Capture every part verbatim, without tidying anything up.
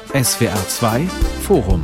S W R zwei Forum.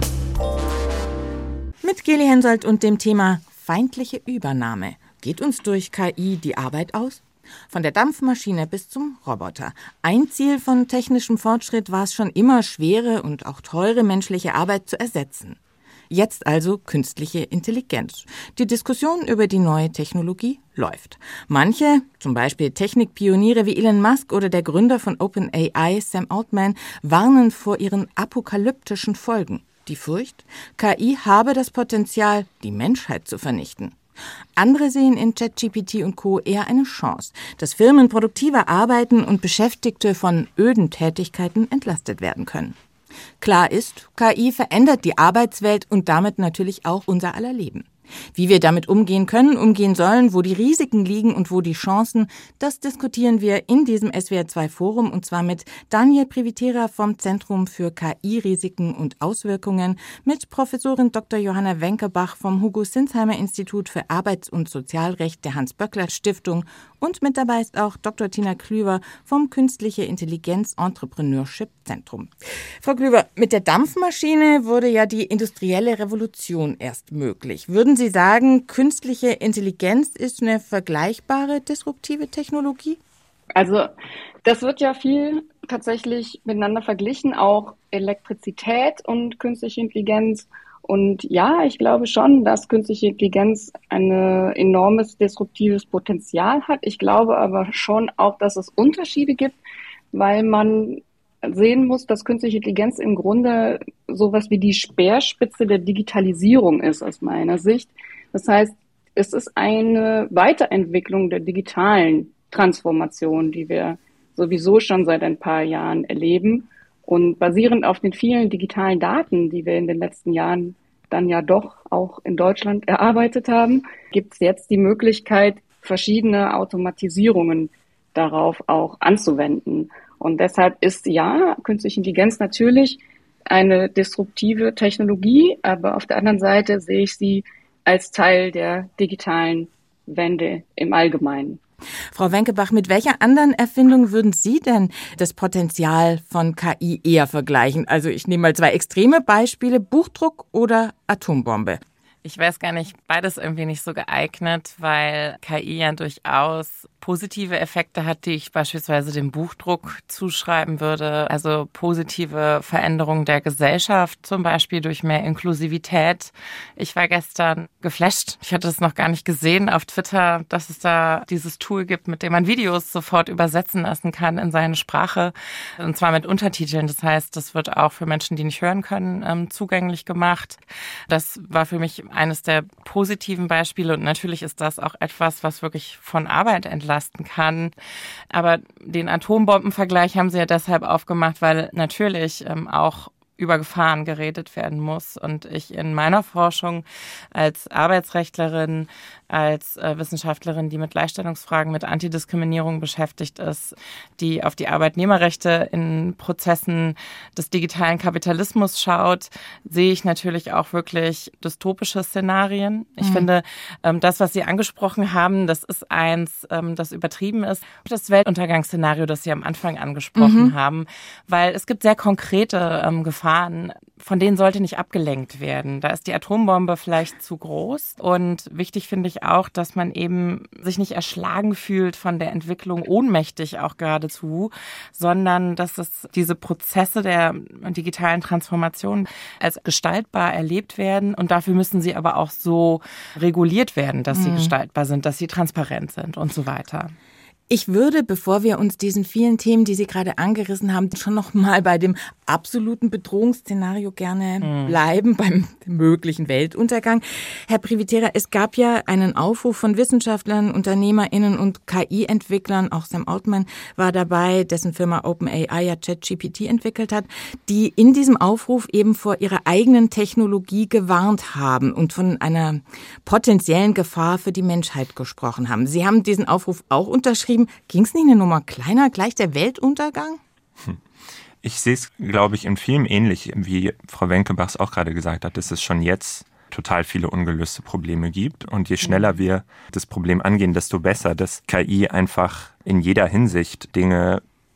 Mit Geli Hensoldt und dem Thema feindliche Übernahme. Geht uns durch K I die Arbeit aus? Von der Dampfmaschine bis zum Roboter. Ein Ziel von technischem Fortschritt war es schon immer, schwere und auch teure menschliche Arbeit zu ersetzen. Jetzt also künstliche Intelligenz. Die Diskussion über die neue Technologie läuft. Manche, zum Beispiel Technikpioniere wie Elon Musk oder der Gründer von OpenAI, Sam Altman, warnen vor ihren apokalyptischen Folgen. Die Furcht, K I habe das Potenzial, die Menschheit zu vernichten. Andere sehen in ChatGPT und Co. eher eine Chance, dass Firmen produktiver arbeiten und Beschäftigte von öden Tätigkeiten entlastet werden können. Klar ist, K I verändert die Arbeitswelt und damit natürlich auch unser aller Leben. Wie wir damit umgehen können, umgehen sollen, wo die Risiken liegen und wo die Chancen, das diskutieren wir in diesem S W R zwei Forum und zwar mit Daniel Privitera vom Zentrum für K I-Risiken und Auswirkungen, mit Professorin Doktor Johanna Wenkebach vom Hugo-Sinsheimer-Institut für Arbeits- und Sozialrecht der Hans-Böckler-Stiftung und mit dabei ist auch Doktor Tina Klüver vom Künstliche Intelligenz Entrepreneurship Zentrum. Frau Klüver, mit der Dampfmaschine wurde ja die industrielle Revolution erst möglich. Würden Sie sagen, künstliche Intelligenz ist eine vergleichbare disruptive Technologie? Also das wird ja viel tatsächlich miteinander verglichen, auch Elektrizität und künstliche Intelligenz. Und ja, ich glaube schon, dass künstliche Intelligenz ein enormes disruptives Potenzial hat. Ich glaube aber schon auch, dass es Unterschiede gibt, weil man sehen muss, dass künstliche Intelligenz im Grunde sowas wie die Speerspitze der Digitalisierung ist, aus meiner Sicht. Das heißt, es ist eine Weiterentwicklung der digitalen Transformation, die wir sowieso schon seit ein paar Jahren erleben. Und basierend auf den vielen digitalen Daten, die wir in den letzten Jahren dann ja doch auch in Deutschland erarbeitet haben, gibt es jetzt die Möglichkeit, verschiedene Automatisierungen darauf auch anzuwenden. Und deshalb ist ja künstliche Intelligenz natürlich eine disruptive Technologie, aber auf der anderen Seite sehe ich sie als Teil der digitalen Wende im Allgemeinen. Frau Wenkebach, mit welcher anderen Erfindung würden Sie denn das Potenzial von K I eher vergleichen? Also ich nehme mal zwei extreme Beispiele, Buchdruck oder Atombombe. Ich weiß gar nicht, beides irgendwie nicht so geeignet, weil K I ja durchaus positive Effekte hat, die ich beispielsweise dem Buchdruck zuschreiben würde. Also positive Veränderungen der Gesellschaft, zum Beispiel durch mehr Inklusivität. Ich war gestern geflasht. Ich hatte es noch gar nicht gesehen auf Twitter, dass es da dieses Tool gibt, mit dem man Videos sofort übersetzen lassen kann in seine Sprache. Und zwar mit Untertiteln. Das heißt, das wird auch für Menschen, die nicht hören können, zugänglich gemacht. Das war für mich eines der positiven Beispiele. Und natürlich ist das auch etwas, was wirklich von Arbeit entlastet kann. Aber den Atombombenvergleich haben sie ja deshalb aufgemacht, weil natürlich ähm, auch über Gefahren geredet werden muss. Und ich in meiner Forschung als Arbeitsrechtlerin, als äh, Wissenschaftlerin, die mit Gleichstellungsfragen, mit Antidiskriminierung beschäftigt ist, die auf die Arbeitnehmerrechte in Prozessen des digitalen Kapitalismus schaut, sehe ich natürlich auch wirklich dystopische Szenarien. Ich mhm. finde, ähm, das, was Sie angesprochen haben, das ist eins, ähm, das übertrieben ist. Das Weltuntergangsszenario, das Sie am Anfang angesprochen mhm. haben, weil es gibt sehr konkrete ähm, Gefahren, von denen sollte nicht abgelenkt werden. Da ist die Atombombe vielleicht zu groß. Und wichtig finde ich auch, dass man eben sich nicht erschlagen fühlt von der Entwicklung, ohnmächtig auch geradezu, sondern dass es diese Prozesse der digitalen Transformation als gestaltbar erlebt werden. Und dafür müssen sie aber auch so reguliert werden, dass sie mhm. gestaltbar sind, dass sie transparent sind und so weiter. Ich würde, bevor wir uns diesen vielen Themen, die Sie gerade angerissen haben, schon noch mal bei dem absoluten Bedrohungsszenario gerne mhm. bleiben, beim möglichen Weltuntergang. Herr Privitera, es gab ja einen Aufruf von Wissenschaftlern, UnternehmerInnen und K I-Entwicklern, auch Sam Altman war dabei, dessen Firma OpenAI ja ChatGPT entwickelt hat, die in diesem Aufruf eben vor ihrer eigenen Technologie gewarnt haben und von einer potenziellen Gefahr für die Menschheit gesprochen haben. Sie haben diesen Aufruf auch unterschrieben. Ging es nicht eine Nummer kleiner, gleich der Weltuntergang? Ich sehe es, glaube ich, in vielem ähnlich, wie Frau Wenkebach es auch gerade gesagt hat, dass es schon jetzt total viele ungelöste Probleme gibt. Und je schneller wir das Problem angehen, desto besser, dass K I einfach in jeder Hinsicht Dinge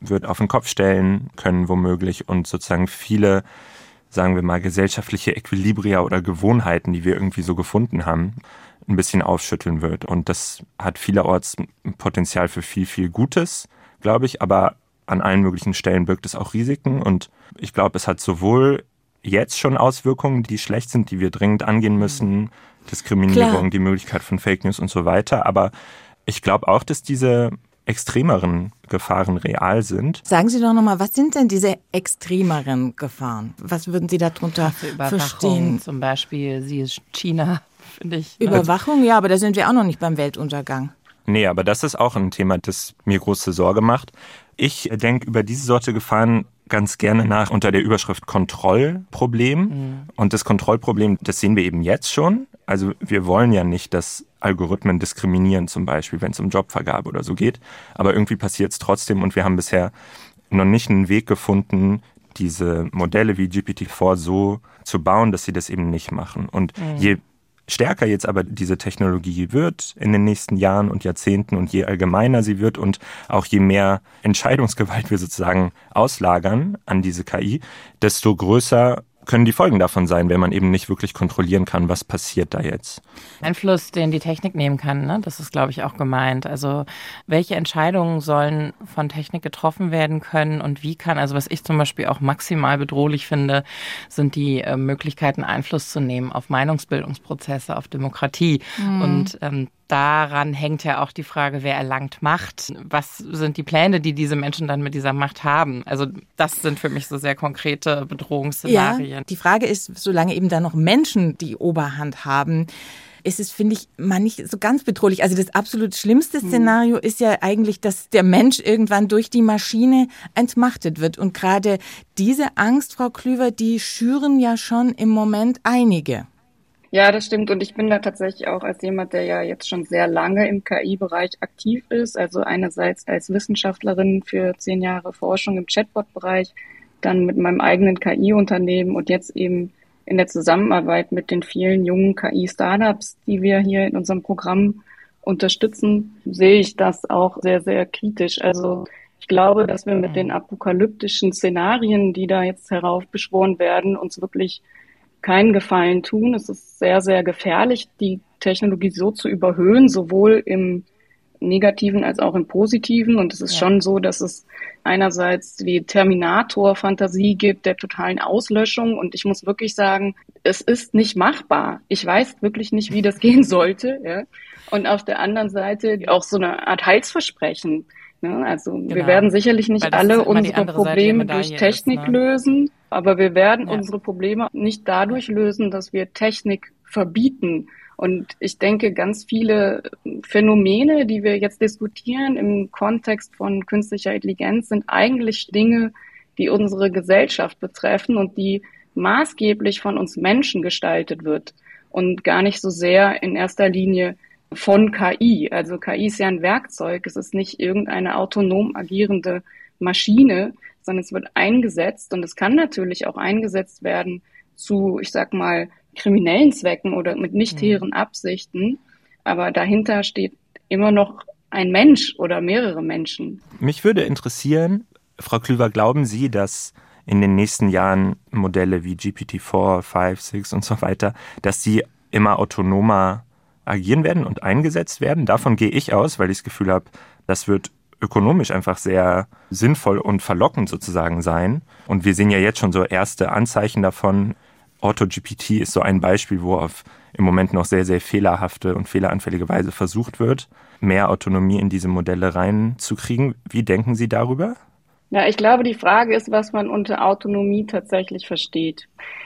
wird auf den Kopf stellen können womöglich und sozusagen viele, sagen wir mal, gesellschaftliche Equilibria oder Gewohnheiten, die wir irgendwie so gefunden haben, ein bisschen aufschütteln wird. Und das hat vielerorts Potenzial für viel, viel Gutes, glaube ich, aber an allen möglichen Stellen birgt es auch Risiken. Und ich glaube, es hat sowohl jetzt schon Auswirkungen, die schlecht sind, die wir dringend angehen müssen, Diskriminierung, Klar. die Möglichkeit von Fake News und so weiter. Aber ich glaube auch, dass diese extremeren Gefahren real sind. Sagen Sie doch nochmal, was sind denn diese extremeren Gefahren? Was würden Sie darunter verstehen? Zum Beispiel, sie ist China, finde ich. Überwachung, ja, aber da sind wir auch noch nicht beim Weltuntergang. Nee, aber das ist auch ein Thema, das mir große Sorge macht. Ich denke über diese Sorte Gefahren ganz gerne nach unter der Überschrift Kontrollproblem. Mhm. Und das Kontrollproblem, das sehen wir eben jetzt schon. Also wir wollen ja nicht, dass Algorithmen diskriminieren, zum Beispiel, wenn es um Jobvergabe oder so geht. Aber irgendwie passiert es trotzdem und wir haben bisher noch nicht einen Weg gefunden, diese Modelle wie G P T vier so zu bauen, dass sie das eben nicht machen. Und mhm. je stärker jetzt aber diese Technologie wird in den nächsten Jahren und Jahrzehnten und je allgemeiner sie wird und auch je mehr Entscheidungsgewalt wir sozusagen auslagern an diese K I, desto größer können die Folgen davon sein, wenn man eben nicht wirklich kontrollieren kann, was passiert da jetzt. Einfluss, den die Technik nehmen kann, ne? Das ist, glaube ich, auch gemeint. Also welche Entscheidungen sollen von Technik getroffen werden können und wie kann, also was ich zum Beispiel auch maximal bedrohlich finde, sind die äh, Möglichkeiten, Einfluss zu nehmen auf Meinungsbildungsprozesse, auf Demokratie. Mhm. Und ähm, daran hängt ja auch die Frage, wer erlangt Macht. Was sind die Pläne, die diese Menschen dann mit dieser Macht haben? Also das sind für mich so sehr konkrete Bedrohungsszenarien. Ja, die Frage ist, solange eben da noch Menschen die Oberhand haben, ist es, finde ich, mal nicht so ganz bedrohlich. Also das absolut schlimmste Szenario ist ja eigentlich, dass der Mensch irgendwann durch die Maschine entmachtet wird. Und gerade diese Angst, Frau Klüver, die schüren ja schon im Moment einige. Ja, das stimmt. Und ich bin da tatsächlich auch als jemand, der ja jetzt schon sehr lange im K I-Bereich aktiv ist. Also einerseits als Wissenschaftlerin für zehn Jahre Forschung im Chatbot-Bereich, dann mit meinem eigenen K I-Unternehmen und jetzt eben in der Zusammenarbeit mit den vielen jungen K I-Startups, die wir hier in unserem Programm unterstützen, sehe ich das auch sehr, sehr kritisch. Also ich glaube, dass wir mit den apokalyptischen Szenarien, die da jetzt heraufbeschworen werden, uns wirklich keinen Gefallen tun. Es ist sehr, sehr gefährlich, die Technologie so zu überhöhen, sowohl im Negativen als auch im Positiven. Und es ist ja. schon so, dass es einerseits die Terminator-Fantasie gibt der totalen Auslöschung. Und ich muss wirklich sagen, es ist nicht machbar. Ich weiß wirklich nicht, wie das gehen sollte. Ja. Und auf der anderen Seite auch so eine Art Heilsversprechen. Ne? Also genau. wir werden sicherlich nicht alle unsere Probleme durch Technik ist, ne? lösen. Aber wir werden ja. unsere Probleme nicht dadurch lösen, dass wir Technik verbieten. Und ich denke, ganz viele Phänomene, die wir jetzt diskutieren im Kontext von künstlicher Intelligenz, sind eigentlich Dinge, die unsere Gesellschaft betreffen und die maßgeblich von uns Menschen gestaltet wird und gar nicht so sehr in erster Linie von K I. Also K I ist ja ein Werkzeug, es ist nicht irgendeine autonom agierende Maschine, sondern es wird eingesetzt und es kann natürlich auch eingesetzt werden zu, ich sag mal, kriminellen Zwecken oder mit nicht hehren Absichten. Aber dahinter steht immer noch ein Mensch oder mehrere Menschen. Mich würde interessieren, Frau Klüver, glauben Sie, dass in den nächsten Jahren Modelle wie G P T vier, fünf, sechs und so weiter, dass die immer autonomer agieren werden und eingesetzt werden? Davon gehe ich aus, weil ich das Gefühl habe, das wird ökonomisch einfach sehr sinnvoll und verlockend sozusagen sein. Und wir sehen ja jetzt schon so erste Anzeichen davon. AutoGPT ist so ein Beispiel, wo auf im Moment noch sehr, sehr fehlerhafte und fehleranfällige Weise versucht wird, mehr Autonomie in diese Modelle reinzukriegen. Wie denken Sie darüber? Ja, ich glaube, die Frage ist, was man unter Autonomie tatsächlich versteht.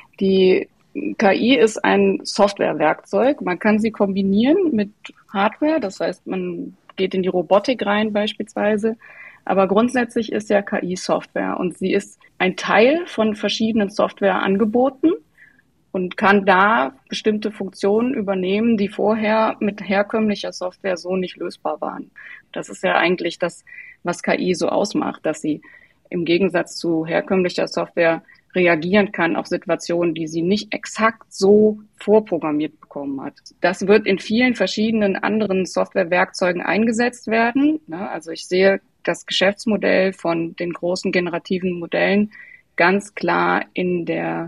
Die K I ist ein Softwarewerkzeug. Man kann sie kombinieren mit Hardware, das heißt, man geht in die Robotik rein beispielsweise. Aber grundsätzlich ist ja K I Software und sie ist ein Teil von verschiedenen Softwareangeboten und kann da bestimmte Funktionen übernehmen, die vorher mit herkömmlicher Software so nicht lösbar waren. Das ist ja eigentlich das, was K I so ausmacht, dass sie im Gegensatz zu herkömmlicher Software reagieren kann auf Situationen, die sie nicht exakt so vorprogrammiert bekommen hat. Das wird in vielen verschiedenen anderen Softwarewerkzeugen eingesetzt werden. Also ich sehe das Geschäftsmodell von den großen generativen Modellen ganz klar in der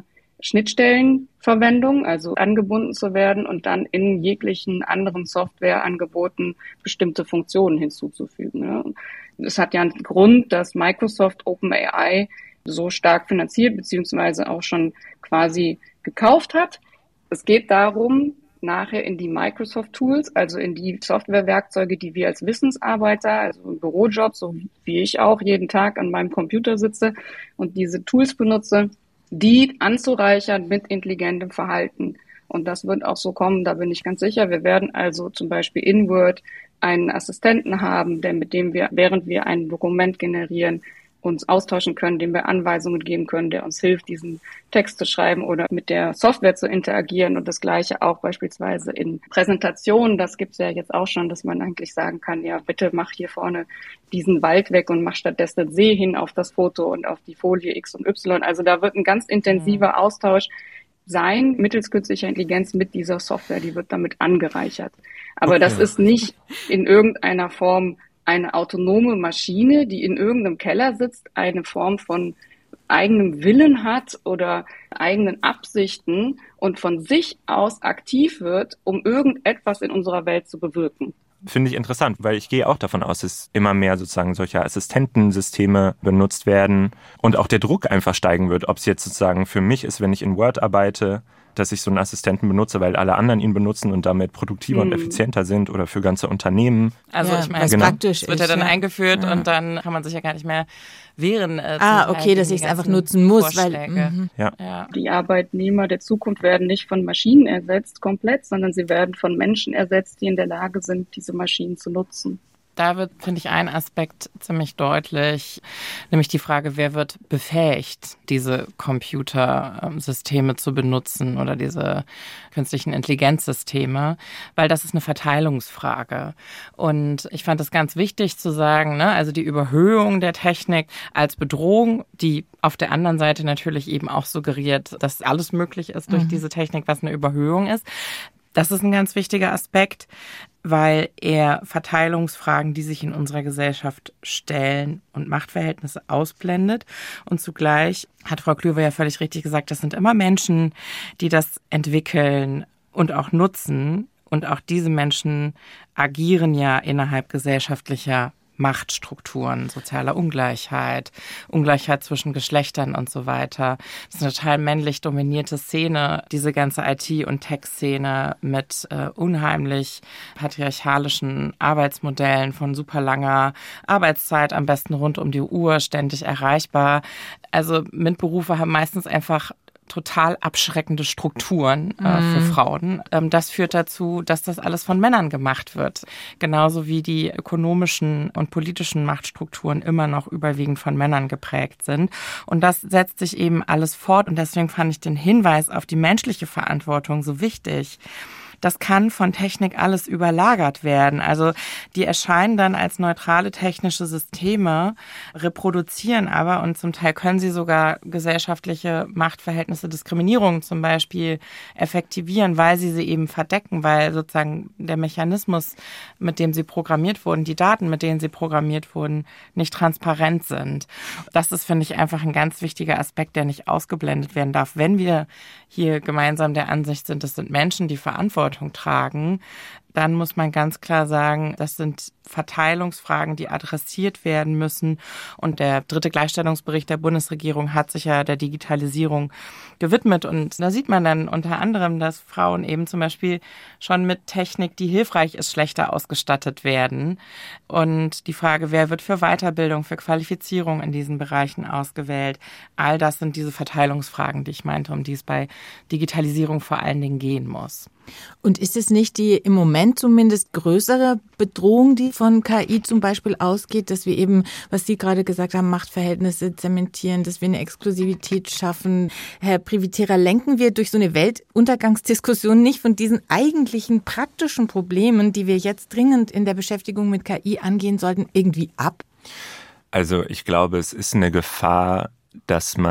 Schnittstellenverwendung, also angebunden zu werden und dann in jeglichen anderen Softwareangeboten bestimmte Funktionen hinzuzufügen. Es hat ja einen Grund, dass Microsoft OpenAI so stark finanziert beziehungsweise auch schon quasi gekauft hat. Es geht darum, nachher in die Microsoft-Tools, also in die Softwarewerkzeuge, die wir als Wissensarbeiter, also im Bürojob, so wie ich auch jeden Tag an meinem Computer sitze und diese Tools benutze, die anzureichern mit intelligentem Verhalten. Und das wird auch so kommen, da bin ich ganz sicher. Wir werden also zum Beispiel in Word einen Assistenten haben, der mit dem wir, während wir ein Dokument generieren, uns austauschen können, dem wir Anweisungen geben können, der uns hilft, diesen Text zu schreiben oder mit der Software zu interagieren. Und das Gleiche auch beispielsweise in Präsentationen. Das gibt es ja jetzt auch schon, dass man eigentlich sagen kann, ja, bitte mach hier vorne diesen Wald weg und mach stattdessen See hin auf das Foto und auf die Folie X und Y. Also da wird ein ganz intensiver Austausch sein, mittels künstlicher Intelligenz mit dieser Software. Die wird damit angereichert. Aber okay. Das ist nicht in irgendeiner Form eine autonome Maschine, die in irgendeinem Keller sitzt, eine Form von eigenem Willen hat oder eigenen Absichten und von sich aus aktiv wird, um irgendetwas in unserer Welt zu bewirken. Finde ich interessant, weil ich gehe auch davon aus, dass immer mehr sozusagen solche Assistentensysteme benutzt werden und auch der Druck einfach steigen wird, ob es jetzt sozusagen für mich ist, wenn ich in Word arbeite, dass ich so einen Assistenten benutze, weil alle anderen ihn benutzen und damit produktiver mhm. und effizienter sind oder für ganze Unternehmen. Also ja, ich meine, genau. praktisch wird ja dann ja. eingeführt ja. und dann kann man sich ja gar nicht mehr wehren. Äh, ah, okay, dass ich es einfach nutzen muss. Weil, mhm. ja. Ja. Die Arbeitnehmer der Zukunft werden nicht von Maschinen ersetzt komplett, sondern sie werden von Menschen ersetzt, die in der Lage sind, diese Maschinen zu nutzen. Da wird, finde ich, ein Aspekt ziemlich deutlich, nämlich die Frage, wer wird befähigt, diese Computersysteme zu benutzen oder diese künstlichen Intelligenzsysteme, weil das ist eine Verteilungsfrage. Und ich fand es ganz wichtig zu sagen, ne, also die Überhöhung der Technik als Bedrohung, die auf der anderen Seite natürlich eben auch suggeriert, dass alles möglich ist durch mhm. diese Technik, was eine Überhöhung ist. Das ist ein ganz wichtiger Aspekt, weil er Verteilungsfragen, die sich in unserer Gesellschaft stellen und Machtverhältnisse ausblendet. Und zugleich hat Frau Klüver ja völlig richtig gesagt, das sind immer Menschen, die das entwickeln und auch nutzen. Und auch diese Menschen agieren ja innerhalb gesellschaftlicher Machtstrukturen, sozialer Ungleichheit, Ungleichheit zwischen Geschlechtern und so weiter. Das ist eine total männlich dominierte Szene, diese ganze I T- und Tech-Szene mit äh, unheimlich patriarchalischen Arbeitsmodellen von super langer Arbeitszeit, am besten rund um die Uhr, ständig erreichbar. Also MINT-Berufe haben meistens einfach total abschreckende Strukturen äh, für Frauen. Ähm, das führt dazu, dass das alles von Männern gemacht wird. Genauso wie die ökonomischen und politischen Machtstrukturen immer noch überwiegend von Männern geprägt sind. Und das setzt sich eben alles fort. Und deswegen fand ich den Hinweis auf die menschliche Verantwortung so wichtig. Das kann von Technik alles überlagert werden. Also die erscheinen dann als neutrale technische Systeme, reproduzieren aber und zum Teil können sie sogar gesellschaftliche Machtverhältnisse, Diskriminierung zum Beispiel effektivieren, weil sie sie eben verdecken, weil sozusagen der Mechanismus, mit dem sie programmiert wurden, die Daten, mit denen sie programmiert wurden, nicht transparent sind. Das ist, finde ich, einfach ein ganz wichtiger Aspekt, der nicht ausgeblendet werden darf. Wenn wir hier gemeinsam der Ansicht sind, das sind Menschen, die Verantwortung tragen, dann muss man ganz klar sagen, das sind Verteilungsfragen, die adressiert werden müssen. Und der dritte Gleichstellungsbericht der Bundesregierung hat sich ja der Digitalisierung gewidmet. Und da sieht man dann unter anderem, dass Frauen eben zum Beispiel schon mit Technik, die hilfreich ist, schlechter ausgestattet werden. Und die Frage, wer wird für Weiterbildung, für Qualifizierung in diesen Bereichen ausgewählt? All das sind diese Verteilungsfragen, die ich meinte, um die es bei Digitalisierung vor allen Dingen gehen muss. Und ist es nicht die im Moment zumindest größere Bedrohung, die von K I zum Beispiel ausgeht, dass wir eben, was Sie gerade gesagt haben, Machtverhältnisse zementieren, dass wir eine Exklusivität schaffen? Herr Privitera, lenken wir durch so eine Weltuntergangsdiskussion nicht von diesen eigentlichen praktischen Problemen, die wir jetzt dringend in der Beschäftigung mit K I angehen sollten, irgendwie ab? Also ich glaube, es ist eine Gefahr, dass man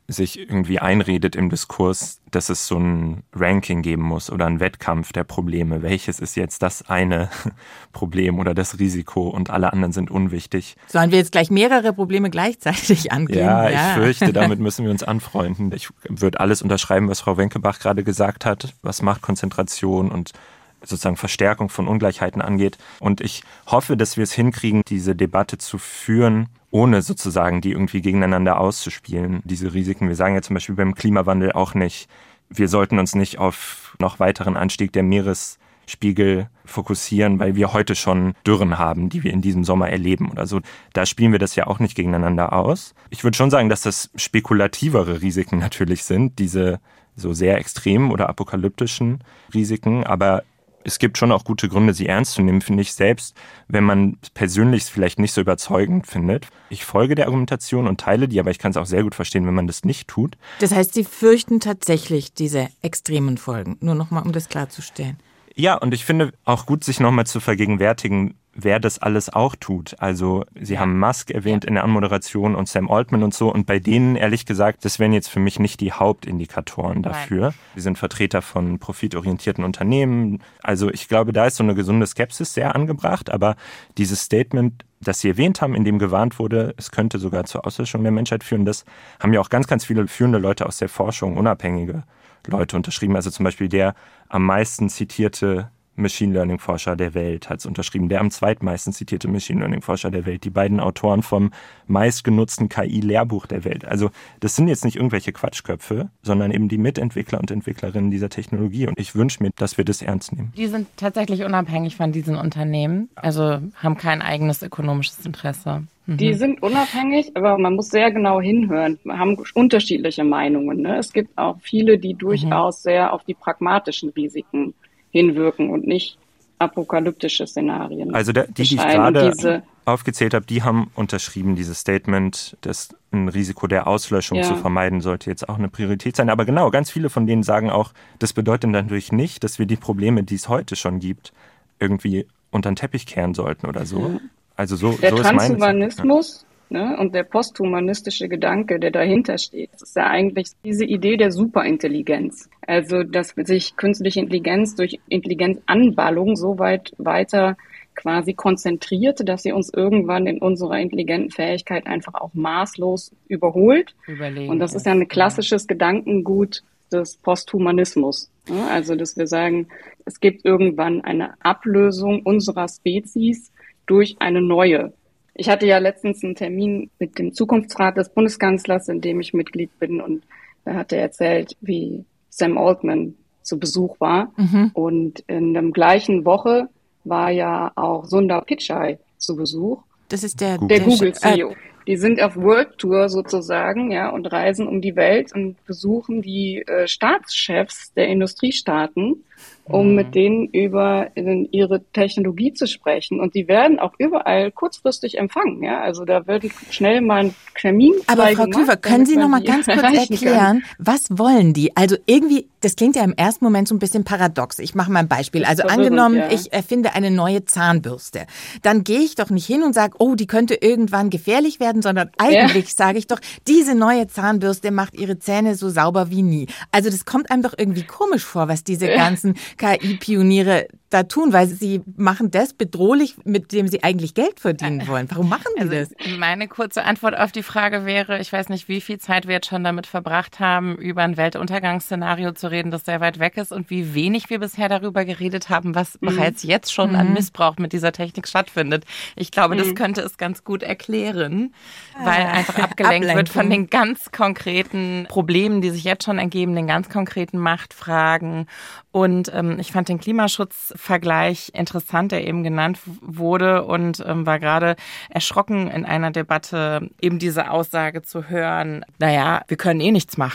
sich irgendwie einredet im Diskurs, dass es so ein Ranking geben muss oder einen Wettkampf der Probleme. Welches ist jetzt das eine Problem oder das Risiko und alle anderen sind unwichtig? Sollen wir jetzt gleich mehrere Probleme gleichzeitig angehen? Ja, ja. Ich fürchte, damit müssen wir uns anfreunden. Ich würde alles unterschreiben, was Frau Wenkebach gerade gesagt hat, was Machtkonzentration und sozusagen Verstärkung von Ungleichheiten angeht. Und ich hoffe, dass wir es hinkriegen, diese Debatte zu führen, ohne sozusagen die irgendwie gegeneinander auszuspielen, diese Risiken. Wir sagen ja zum Beispiel beim Klimawandel auch nicht, wir sollten uns nicht auf noch weiteren Anstieg der Meeresspiegel fokussieren, weil wir heute schon Dürren haben, die wir in diesem Sommer erleben oder so. Da spielen wir das ja auch nicht gegeneinander aus. Ich würde schon sagen, dass das spekulativere Risiken natürlich sind, diese so sehr extremen oder apokalyptischen Risiken, aber es gibt schon auch gute Gründe, sie ernst zu nehmen, finde ich, selbst, wenn man persönlich es vielleicht nicht so überzeugend findet. Ich folge der Argumentation und teile die, aber ich kann es auch sehr gut verstehen, wenn man das nicht tut. Das heißt, Sie fürchten tatsächlich diese extremen Folgen, nur nochmal, um das klarzustellen. Ja, und ich finde auch gut, sich nochmal zu vergegenwärtigen, wer das alles auch tut. Also Sie ja. haben Musk erwähnt ja. in der Anmoderation und Sam Altman und so. Und bei denen, ehrlich gesagt, das wären jetzt für mich nicht die Hauptindikatoren dafür. Nein. Sie sind Vertreter von profitorientierten Unternehmen. Also ich glaube, da ist so eine gesunde Skepsis sehr angebracht. Aber dieses Statement, das Sie erwähnt haben, in dem gewarnt wurde, es könnte sogar zur Auslöschung der Menschheit führen, das haben ja auch ganz, ganz viele führende Leute aus der Forschung, unabhängige Leute unterschrieben. Also zum Beispiel der am meisten zitierte Machine Learning Forscher der Welt hat es unterschrieben, der am zweitmeisten zitierte Machine Learning Forscher der Welt, die beiden Autoren vom meistgenutzten K I-Lehrbuch der Welt. Also das sind jetzt nicht irgendwelche Quatschköpfe, sondern eben die Mitentwickler und Entwicklerinnen dieser Technologie. Und ich wünsche mir, dass wir das ernst nehmen. Die sind tatsächlich unabhängig von diesen Unternehmen, also haben kein eigenes ökonomisches Interesse. Mhm. Die sind unabhängig, aber man muss sehr genau hinhören. Wir haben unterschiedliche Meinungen. Ne? Es gibt auch viele, die durchaus mhm. sehr auf die pragmatischen Risiken hinwirken und nicht apokalyptische Szenarien. Also der, die, die ich gerade diese, aufgezählt habe, die haben unterschrieben, dieses Statement, dass ein Risiko der Auslöschung ja. zu vermeiden sollte jetzt auch eine Priorität sein. Aber genau, ganz viele von denen sagen auch, das bedeutet natürlich nicht, dass wir die Probleme, die es heute schon gibt, irgendwie unter den Teppich kehren sollten oder so. Ja. Also so, der so ist mein Transhumanismus ne, und der posthumanistische Gedanke, der dahinter steht, das ist ja eigentlich diese Idee der Superintelligenz. Also, dass sich künstliche Intelligenz durch Intelligenzanballung so weit weiter quasi konzentriert, dass sie uns irgendwann in unserer intelligenten Fähigkeit einfach auch maßlos überholt. Überlegen, und das ist ja ein klassisches ja. Gedankengut des Posthumanismus. Also, dass wir sagen, es gibt irgendwann eine Ablösung unserer Spezies durch eine neue. Ich hatte ja letztens einen Termin mit dem Zukunftsrat des Bundeskanzlers, in dem ich Mitglied bin, und da hat er erzählt, wie Sam Altman zu Besuch war. Mhm. Und in der gleichen Woche war ja auch Sundar Pichai zu Besuch. Das ist der, der Google-C E O. Äh, die sind auf World Tour sozusagen, ja, und reisen um die Welt und besuchen die äh, Staatschefs der Industriestaaten, um mhm. mit denen über in, ihre Technologie zu sprechen. Und die werden auch überall kurzfristig empfangen, ja. Also da wird schnell mal ein Termin. Aber Frau Klüver, können Sie noch mal ganz kurz erklären, was wollen die? Also irgendwie, das klingt ja im ersten Moment so ein bisschen paradox. Ich mache mal ein Beispiel. Also angenommen, ja. ich erfinde eine neue Zahnbürste. Dann gehe ich doch nicht hin und sage, oh, die könnte irgendwann gefährlich werden, sondern eigentlich ja. sage ich doch, diese neue Zahnbürste macht ihre Zähne so sauber wie nie. Also das kommt einem doch irgendwie komisch vor, was diese ja. ganzen K I-Pioniere da tun, weil sie machen das bedrohlich, mit dem sie eigentlich Geld verdienen wollen. Warum machen die also das? Meine kurze Antwort auf die Frage wäre, ich weiß nicht, wie viel Zeit wir jetzt schon damit verbracht haben, über ein Weltuntergangsszenario zu reden, das sehr weit weg ist, und wie wenig wir bisher darüber geredet haben, was mhm. bereits jetzt schon mhm. an Missbrauch mit dieser Technik stattfindet. Ich glaube, mhm. das könnte es ganz gut erklären, weil ah, einfach abgelenkt wird von den ganz konkreten Problemen, die sich jetzt schon ergeben, den ganz konkreten Machtfragen. Und ähm, ich fand den Klimaschutzvergleich interessant, der eben genannt wurde, und ähm, war gerade erschrocken in einer Debatte, eben diese Aussage zu hören, naja, wir können eh nichts machen.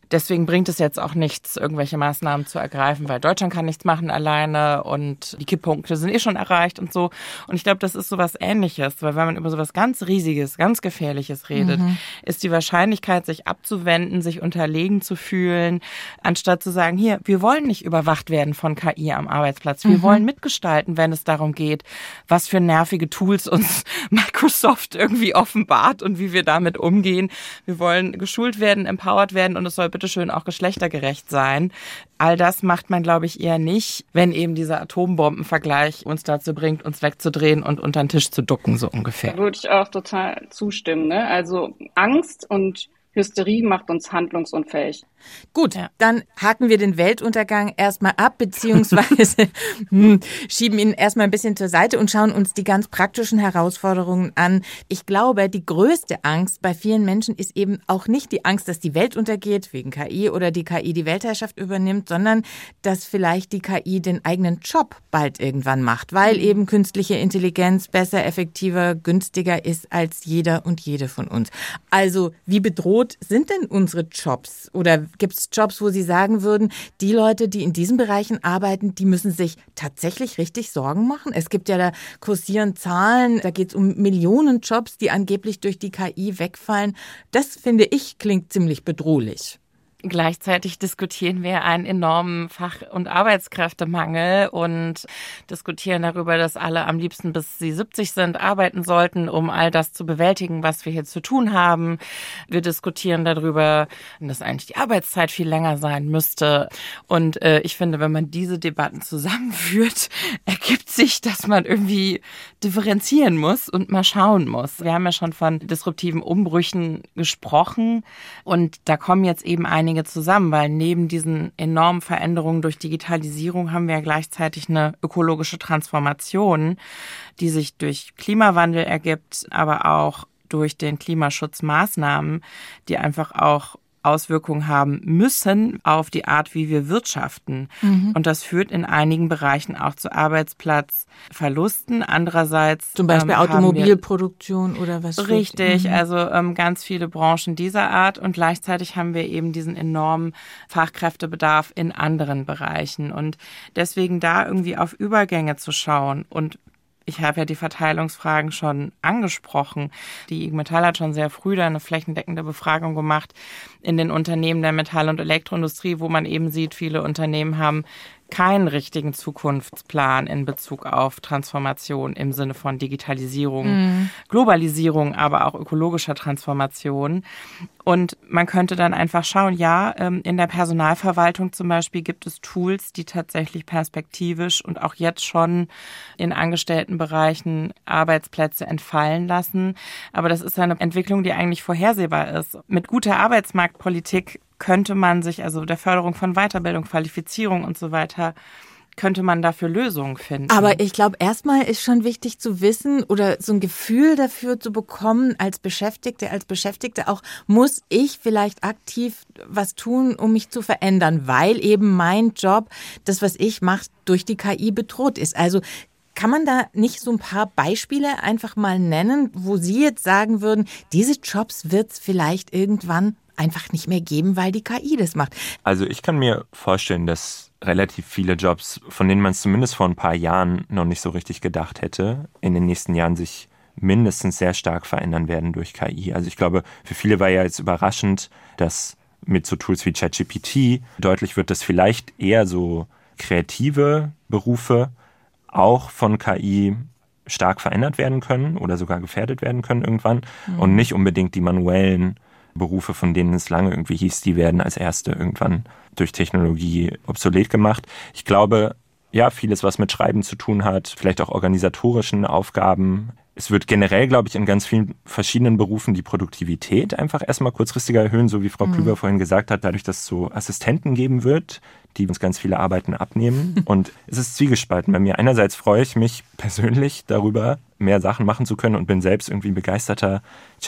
Deswegen bringt es jetzt auch nichts, irgendwelche Maßnahmen zu ergreifen, weil Deutschland kann nichts machen alleine und die Kipppunkte sind eh schon erreicht und so. Und ich glaube, das ist sowas Ähnliches, weil wenn man über sowas ganz Riesiges, ganz Gefährliches redet, mhm. ist die Wahrscheinlichkeit, sich abzuwenden, sich unterlegen zu fühlen, anstatt zu sagen, hier, wir wollen nicht überwacht werden von K I am Arbeitsplatz. Wir mhm. wollen mitgestalten, wenn es darum geht, was für nervige Tools uns Microsoft irgendwie offenbart und wie wir damit umgehen. Wir wollen geschult werden, empowered werden und es soll bitteschön auch geschlechtergerecht sein. All das macht man, glaube ich, eher nicht, wenn eben dieser Atombombenvergleich uns dazu bringt, uns wegzudrehen und unter den Tisch zu ducken, so ungefähr. Da würde ich auch total zustimmen, ne? Also Angst und Hysterie macht uns handlungsunfähig. Gut, ja. Dann haken wir den Weltuntergang erstmal ab, beziehungsweise hm, schieben ihn erstmal ein bisschen zur Seite und schauen uns die ganz praktischen Herausforderungen an. Ich glaube, die größte Angst bei vielen Menschen ist eben auch nicht die Angst, dass die Welt untergeht wegen K I oder die K I die Weltherrschaft übernimmt, sondern dass vielleicht die K I den eigenen Job bald irgendwann macht, weil eben künstliche Intelligenz besser, effektiver, günstiger ist als jeder und jede von uns. Also wie bedroht sind denn unsere Jobs? Oder gibt es Jobs, wo Sie sagen würden, die Leute, die in diesen Bereichen arbeiten, die müssen sich tatsächlich richtig Sorgen machen? Es gibt ja da kursieren Zahlen, da geht es um Millionen Jobs, die angeblich durch die K I wegfallen. Das, finde ich, klingt ziemlich bedrohlich. Gleichzeitig diskutieren wir einen enormen Fach- und Arbeitskräftemangel und diskutieren darüber, dass alle am liebsten bis sie siebzig sind, arbeiten sollten, um all das zu bewältigen, was wir hier zu tun haben. Wir diskutieren darüber, dass eigentlich die Arbeitszeit viel länger sein müsste. Und äh, ich finde, wenn man diese Debatten zusammenführt, ergibt sich, dass man irgendwie differenzieren muss und mal schauen muss. Wir haben ja schon von disruptiven Umbrüchen gesprochen und da kommen jetzt eben einige zusammen, weil neben diesen enormen Veränderungen durch Digitalisierung haben wir ja gleichzeitig eine ökologische Transformation, die sich durch Klimawandel ergibt, aber auch durch den Klimaschutzmaßnahmen, die einfach auch Auswirkungen haben müssen auf die Art, wie wir wirtschaften. Mhm. Und das führt in einigen Bereichen auch zu Arbeitsplatzverlusten. Andererseits zum Beispiel ähm, Automobilproduktion oder was? Richtig, mhm. also ähm, ganz viele Branchen dieser Art. Und gleichzeitig haben wir eben diesen enormen Fachkräftebedarf in anderen Bereichen. Und deswegen da irgendwie auf Übergänge zu schauen und ich habe ja die Verteilungsfragen schon angesprochen. Die I G Metall hat schon sehr früh da eine flächendeckende Befragung gemacht in den Unternehmen der Metall- und Elektroindustrie, wo man eben sieht, viele Unternehmen haben keinen richtigen Zukunftsplan in Bezug auf Transformation im Sinne von Digitalisierung, mhm. Globalisierung, aber auch ökologischer Transformation. Und man könnte dann einfach schauen, ja, in der Personalverwaltung zum Beispiel gibt es Tools, die tatsächlich perspektivisch und auch jetzt schon in Angestelltenbereichen Arbeitsplätze entfallen lassen. Aber das ist eine Entwicklung, die eigentlich vorhersehbar ist. Mit guter Arbeitsmarktpolitik könnte man sich, also der Förderung von Weiterbildung, Qualifizierung und so weiter, könnte man dafür Lösungen finden. Aber ich glaube, erstmal ist schon wichtig zu wissen oder so ein Gefühl dafür zu bekommen, als Beschäftigte, als Beschäftigte auch, muss ich vielleicht aktiv was tun, um mich zu verändern, weil eben mein Job, das, was ich mache, durch die K I bedroht ist. Also kann man da nicht so ein paar Beispiele einfach mal nennen, wo Sie jetzt sagen würden, diese Jobs wird es vielleicht irgendwann einfach nicht mehr geben, weil die K I das macht? Also ich kann mir vorstellen, dass relativ viele Jobs, von denen man es zumindest vor ein paar Jahren noch nicht so richtig gedacht hätte, in den nächsten Jahren sich mindestens sehr stark verändern werden durch K I. Also ich glaube, für viele war ja jetzt überraschend, dass mit so Tools wie ChatGPT deutlich wird, dass vielleicht eher so kreative Berufe auch von K I stark verändert werden können oder sogar gefährdet werden können irgendwann mhm. und nicht unbedingt die manuellen Berufe, von denen es lange irgendwie hieß, die werden als erste irgendwann durch Technologie obsolet gemacht. Ich glaube, ja, vieles, was mit Schreiben zu tun hat, vielleicht auch organisatorischen Aufgaben. Es wird generell, glaube ich, in ganz vielen verschiedenen Berufen die Produktivität einfach erstmal kurzfristiger erhöhen, so wie Frau mhm. Klüber vorhin gesagt hat, dadurch, dass es so Assistenten geben wird, die uns ganz viele Arbeiten abnehmen. Und es ist zwiegespalten bei mir. Einerseits freue ich mich persönlich darüber, mehr Sachen machen zu können und bin selbst irgendwie ein begeisterter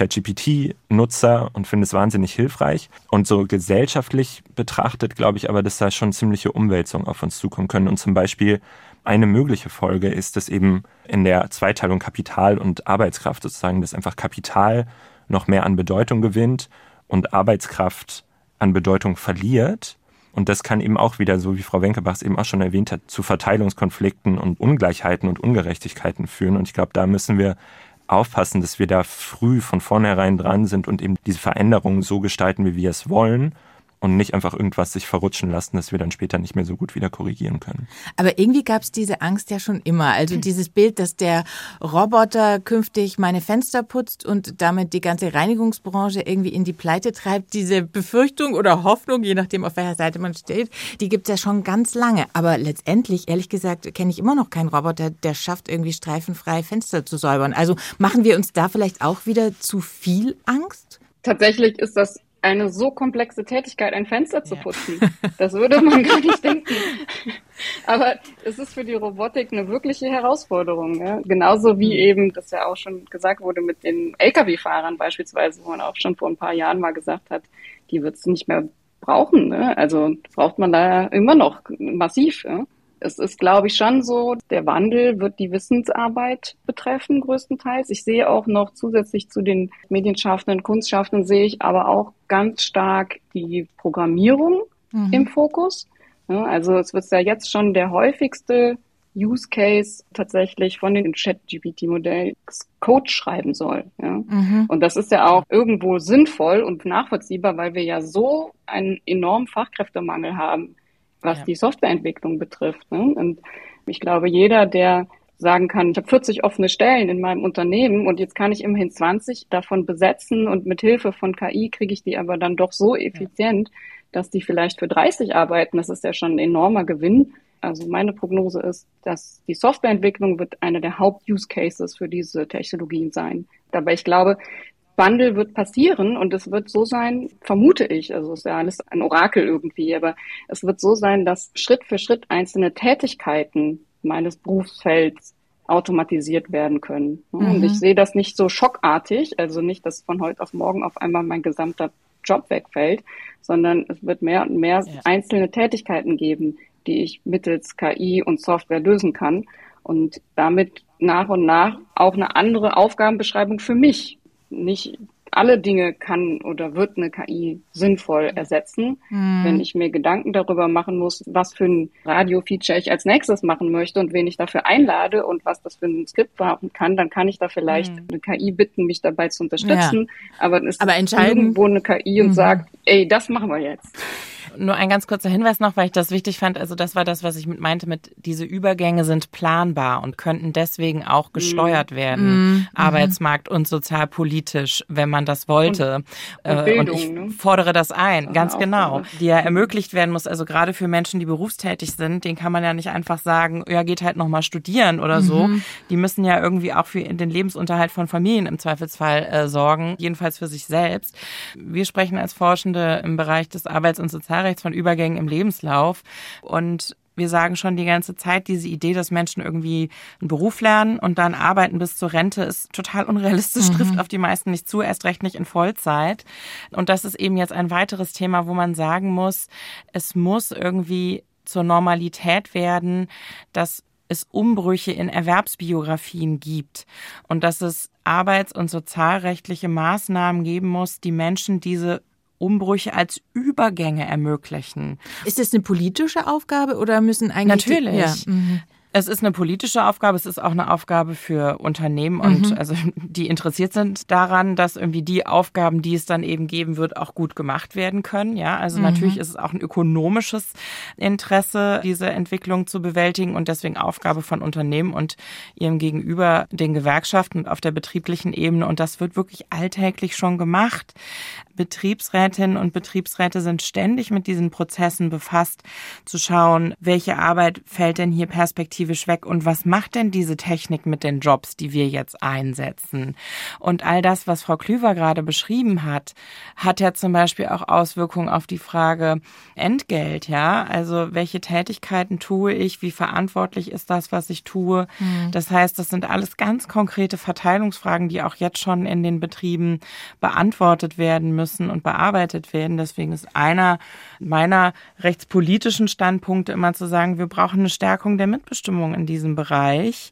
ChatGPT-Nutzer und finde es wahnsinnig hilfreich. Und so gesellschaftlich betrachtet, glaube ich aber, dass da schon ziemliche Umwälzungen auf uns zukommen können. Und zum Beispiel eine mögliche Folge ist, dass eben in der Zweiteilung Kapital und Arbeitskraft sozusagen, dass einfach Kapital noch mehr an Bedeutung gewinnt und Arbeitskraft an Bedeutung verliert. Und das kann eben auch wieder, so wie Frau Wenkebach es eben auch schon erwähnt hat, zu Verteilungskonflikten und Ungleichheiten und Ungerechtigkeiten führen. Und ich glaube, da müssen wir aufpassen, dass wir da früh von vornherein dran sind und eben diese Veränderungen so gestalten, wie wir es wollen. Und nicht einfach irgendwas sich verrutschen lassen, dass wir dann später nicht mehr so gut wieder korrigieren können. Aber irgendwie gab es diese Angst ja schon immer. Also hm. dieses Bild, dass der Roboter künftig meine Fenster putzt und damit die ganze Reinigungsbranche irgendwie in die Pleite treibt. Diese Befürchtung oder Hoffnung, je nachdem auf welcher Seite man steht, die gibt es ja schon ganz lange. Aber letztendlich, ehrlich gesagt, kenne ich immer noch keinen Roboter, der schafft, irgendwie streifenfrei Fenster zu säubern. Also machen wir uns da vielleicht auch wieder zu viel Angst? Tatsächlich ist das eine so komplexe Tätigkeit, ein Fenster zu putzen. Ja. Das würde man gar nicht denken. Aber es ist für die Robotik eine wirkliche Herausforderung. Ja? Genauso wie eben, das ja auch schon gesagt wurde, mit den L K W-Fahrern beispielsweise, wo man auch schon vor ein paar Jahren mal gesagt hat, die wird es nicht mehr brauchen. Ne? Also braucht man da immer noch massiv. Ja? Es ist, glaube ich, schon so, der Wandel wird die Wissensarbeit betreffen, größtenteils. Ich sehe auch noch zusätzlich zu den Medienschaffenden, Kunstschaffenden, sehe ich aber auch ganz stark die Programmierung mhm. im Fokus. Ja, also es wird ja jetzt schon der häufigste Use Case tatsächlich von den Chat-G P T-Modellen Code schreiben soll. Ja. Mhm. Und das ist ja auch irgendwo sinnvoll und nachvollziehbar, weil wir ja so einen enormen Fachkräftemangel haben, was ja. die Softwareentwicklung betrifft. Ne? Und ich glaube, jeder, der sagen kann, ich habe vierzig offene Stellen in meinem Unternehmen und jetzt kann ich immerhin zwanzig davon besetzen und mit Hilfe von K I kriege ich die aber dann doch so effizient, ja. dass die vielleicht für dreißig arbeiten. Das ist ja schon ein enormer Gewinn. Also meine Prognose ist, dass die Softwareentwicklung wird einer der Haupt-Use-Cases für diese Technologien sein. Dabei ich glaube, Wandel wird passieren und es wird so sein, vermute ich, also es ist ja alles ein Orakel irgendwie, aber es wird so sein, dass Schritt für Schritt einzelne Tätigkeiten meines Berufsfelds automatisiert werden können. Mhm. Und ich sehe das nicht so schockartig, also nicht, dass von heute auf morgen auf einmal mein gesamter Job wegfällt, sondern es wird mehr und mehr ja. einzelne Tätigkeiten geben, die ich mittels K I und Software lösen kann und damit nach und nach auch eine andere Aufgabenbeschreibung für mich. Nicht alle Dinge kann oder wird eine K I sinnvoll ersetzen. Hm. Wenn ich mir Gedanken darüber machen muss, was für ein Radio-Feature ich als nächstes machen möchte und wen ich dafür einlade und was das für ein Skript machen kann, dann kann ich da vielleicht hm. eine K I bitten, mich dabei zu unterstützen. Ja. Aber es Aber ist irgendwo eine K I und mhm. sagt, ey, das machen wir jetzt. Nur ein ganz kurzer Hinweis noch, weil ich das wichtig fand. Also das war das, was ich mit meinte mit, diese Übergänge sind planbar und könnten deswegen auch gesteuert werden, mhm. Arbeitsmarkt- und sozialpolitisch, wenn man das wollte. Und, und, Bildung, und ich ne? fordere das ein, ganz auch, genau, die ja ermöglicht werden muss. Also gerade für Menschen, die berufstätig sind, denen kann man ja nicht einfach sagen, ja, geht halt nochmal studieren oder so. Mhm. Die müssen ja irgendwie auch für den Lebensunterhalt von Familien im Zweifelsfall äh, sorgen, jedenfalls für sich selbst. Wir sprechen als Forschende im Bereich des Arbeits- und Sozialrechts von Übergängen im Lebenslauf und wir sagen schon die ganze Zeit, diese Idee, dass Menschen irgendwie einen Beruf lernen und dann arbeiten bis zur Rente, ist total unrealistisch, mhm. trifft auf die meisten nicht zu, erst recht nicht in Vollzeit. Und das ist eben jetzt ein weiteres Thema, wo man sagen muss, es muss irgendwie zur Normalität werden, dass es Umbrüche in Erwerbsbiografien gibt und dass es arbeits- und sozialrechtliche Maßnahmen geben muss, die Menschen diese Umbrüche als Übergänge ermöglichen. Ist das eine politische Aufgabe oder müssen eigentlich... Natürlich. Die, ja. mhm. Es ist eine politische Aufgabe, es ist auch eine Aufgabe für Unternehmen und Mhm. also die interessiert sind daran, dass irgendwie die Aufgaben, die es dann eben geben wird, auch gut gemacht werden können. Ja, also Mhm. natürlich ist es auch ein ökonomisches Interesse, diese Entwicklung zu bewältigen und deswegen Aufgabe von Unternehmen und ihrem Gegenüber, den Gewerkschaften und auf der betrieblichen Ebene. Und das wird wirklich alltäglich schon gemacht. Betriebsrätinnen und Betriebsräte sind ständig mit diesen Prozessen befasst, zu schauen, welche Arbeit fällt denn hier perspektivisch weg und was macht denn diese Technik mit den Jobs, die wir jetzt einsetzen. Und all das, was Frau Klüver gerade beschrieben hat, hat ja zum Beispiel auch Auswirkungen auf die Frage Entgelt, ja, also welche Tätigkeiten tue ich, wie verantwortlich ist das, was ich tue. Mhm. Das heißt, das sind alles ganz konkrete Verteilungsfragen, die auch jetzt schon in den Betrieben beantwortet werden müssen und bearbeitet werden. Deswegen ist einer meiner rechtspolitischen Standpunkte immer zu sagen, wir brauchen eine Stärkung der Mitbestimmung in diesem Bereich,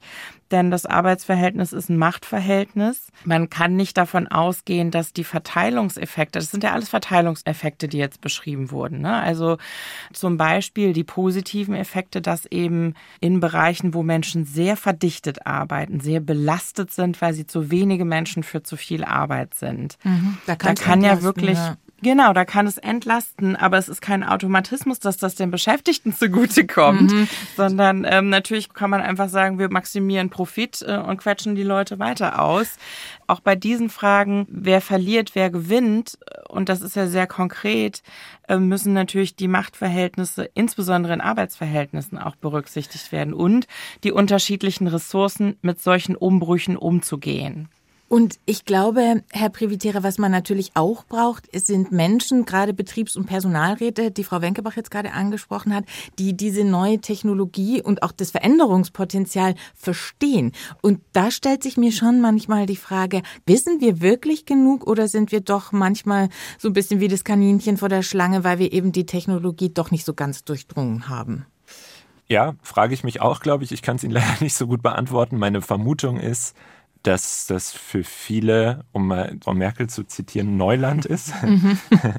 denn das Arbeitsverhältnis ist ein Machtverhältnis. Man kann nicht davon ausgehen, dass die Verteilungseffekte, das sind ja alles Verteilungseffekte, die jetzt beschrieben wurden, ne? Also zum Beispiel die positiven Effekte, dass eben in Bereichen, wo Menschen sehr verdichtet arbeiten, sehr belastet sind, weil sie zu wenige Menschen für zu viel Arbeit sind. Mhm. Da, da kann ja wirklich... Ja. Genau, da kann es entlasten, aber es ist kein Automatismus, dass das den Beschäftigten zugutekommt, mhm. sondern ähm, natürlich kann man einfach sagen, wir maximieren Profit äh, und quetschen die Leute weiter aus. Auch bei diesen Fragen, wer verliert, wer gewinnt, und das ist ja sehr konkret, äh, müssen natürlich die Machtverhältnisse, insbesondere in Arbeitsverhältnissen, auch berücksichtigt werden und die unterschiedlichen Ressourcen, mit solchen Umbrüchen umzugehen. Und ich glaube, Herr Privitera, was man natürlich auch braucht, es sind Menschen, gerade Betriebs- und Personalräte, die Frau Wenkebach jetzt gerade angesprochen hat, die diese neue Technologie und auch das Veränderungspotenzial verstehen. Und da stellt sich mir schon manchmal die Frage, wissen wir wirklich genug oder sind wir doch manchmal so ein bisschen wie das Kaninchen vor der Schlange, weil wir eben die Technologie doch nicht so ganz durchdrungen haben? Ja, frage ich mich auch, glaube ich. Ich kann es Ihnen leider nicht so gut beantworten. Meine Vermutung ist, dass das für viele, um mal Frau Merkel zu zitieren, Neuland ist. Mhm.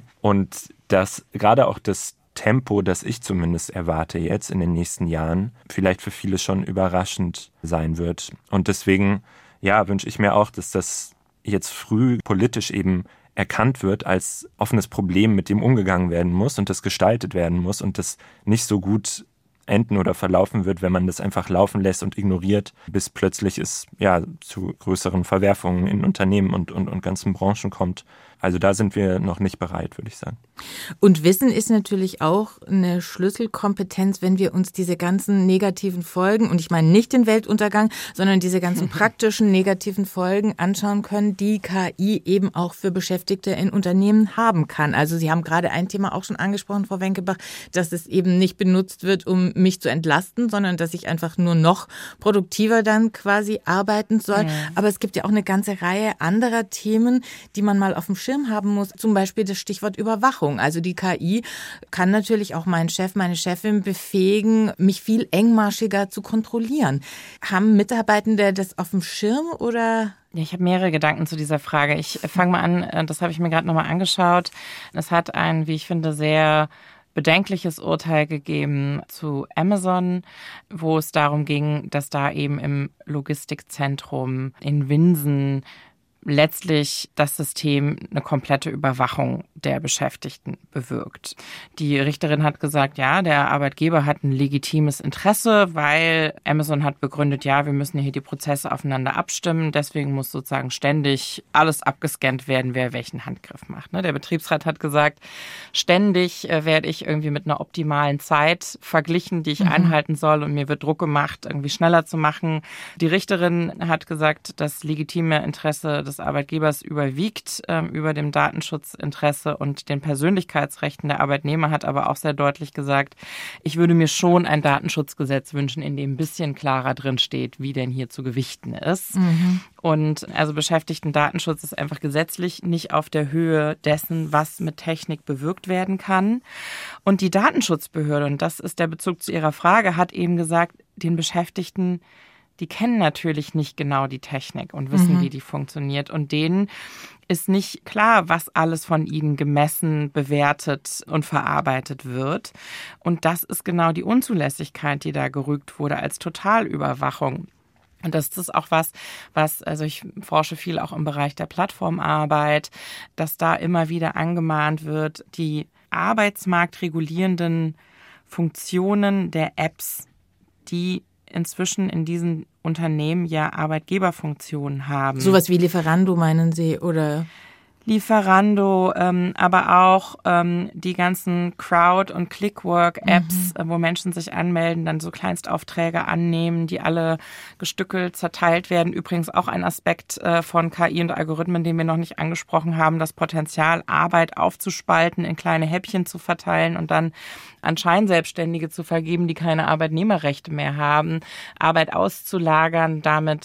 Und dass gerade auch das Tempo, das ich zumindest erwarte jetzt in den nächsten Jahren, vielleicht für viele schon überraschend sein wird. Und deswegen, ja, wünsche ich mir auch, dass das jetzt früh politisch eben erkannt wird als offenes Problem, mit dem umgegangen werden muss und das gestaltet werden muss und das nicht so gut enden oder verlaufen wird, wenn man das einfach laufen lässt und ignoriert, bis plötzlich es ja zu größeren Verwerfungen in Unternehmen und, und, und ganzen Branchen kommt. Also da sind wir noch nicht bereit, würde ich sagen. Und Wissen ist natürlich auch eine Schlüsselkompetenz, wenn wir uns diese ganzen negativen Folgen, und ich meine nicht den Weltuntergang, sondern diese ganzen praktischen negativen Folgen anschauen können, die K I eben auch für Beschäftigte in Unternehmen haben kann. Also Sie haben gerade ein Thema auch schon angesprochen, Frau Wenkebach, dass es eben nicht benutzt wird, um mich zu entlasten, sondern dass ich einfach nur noch produktiver dann quasi arbeiten soll. Ja. Aber es gibt ja auch eine ganze Reihe anderer Themen, die man mal auf dem Schirm haben muss. Zum Beispiel das Stichwort Überwachung. Also die K I kann natürlich auch meinen Chef, meine Chefin befähigen, mich viel engmaschiger zu kontrollieren. Haben Mitarbeitende das auf dem Schirm oder? Ja, ich habe mehrere Gedanken zu dieser Frage. Ich fange mal an, das habe ich mir gerade nochmal angeschaut. Es hat ein, wie ich finde, sehr bedenkliches Urteil gegeben zu Amazon, wo es darum ging, dass da eben im Logistikzentrum in Winsen letztlich das System eine komplette Überwachung der Beschäftigten bewirkt. Die Richterin hat gesagt, ja, der Arbeitgeber hat ein legitimes Interesse, weil Amazon hat begründet, ja, wir müssen hier die Prozesse aufeinander abstimmen, deswegen muss sozusagen ständig alles abgescannt werden, wer welchen Handgriff macht. Der Betriebsrat hat gesagt, ständig werde ich irgendwie mit einer optimalen Zeit verglichen, die ich mhm. einhalten soll, und mir wird Druck gemacht, irgendwie schneller zu machen. Die Richterin hat gesagt, das legitime Interesse des Arbeitgebers überwiegt ähm, über dem Datenschutzinteresse und den Persönlichkeitsrechten der Arbeitnehmer, hat aber auch sehr deutlich gesagt, ich würde mir schon ein Datenschutzgesetz wünschen, in dem ein bisschen klarer drin steht, wie denn hier zu gewichten ist. Mhm. Und also Beschäftigten-Datenschutz ist einfach gesetzlich nicht auf der Höhe dessen, was mit Technik bewirkt werden kann. Und die Datenschutzbehörde, und das ist der Bezug zu Ihrer Frage, hat eben gesagt, den Beschäftigten, die kennen natürlich nicht genau die Technik und wissen, mhm. wie die funktioniert. Und denen ist nicht klar, was alles von ihnen gemessen, bewertet und verarbeitet wird. Und das ist genau die Unzulässigkeit, die da gerügt wurde als Totalüberwachung. Und das ist auch was, was, also ich forsche viel auch im Bereich der Plattformarbeit, dass da immer wieder angemahnt wird, die arbeitsmarktregulierenden Funktionen der Apps, die inzwischen in diesen Unternehmen ja Arbeitgeberfunktionen haben. Sowas wie Lieferando meinen Sie, oder? Lieferando, ähm, aber auch ähm, die ganzen Crowd- und Clickwork-Apps, mhm. äh, wo Menschen sich anmelden, dann so Kleinstaufträge annehmen, die alle gestückelt, zerteilt werden. Übrigens auch ein Aspekt äh, von K I und Algorithmen, den wir noch nicht angesprochen haben, das Potenzial, Arbeit aufzuspalten, in kleine Häppchen zu verteilen und dann an Scheinselbstständige zu vergeben, die keine Arbeitnehmerrechte mehr haben, Arbeit auszulagern, damit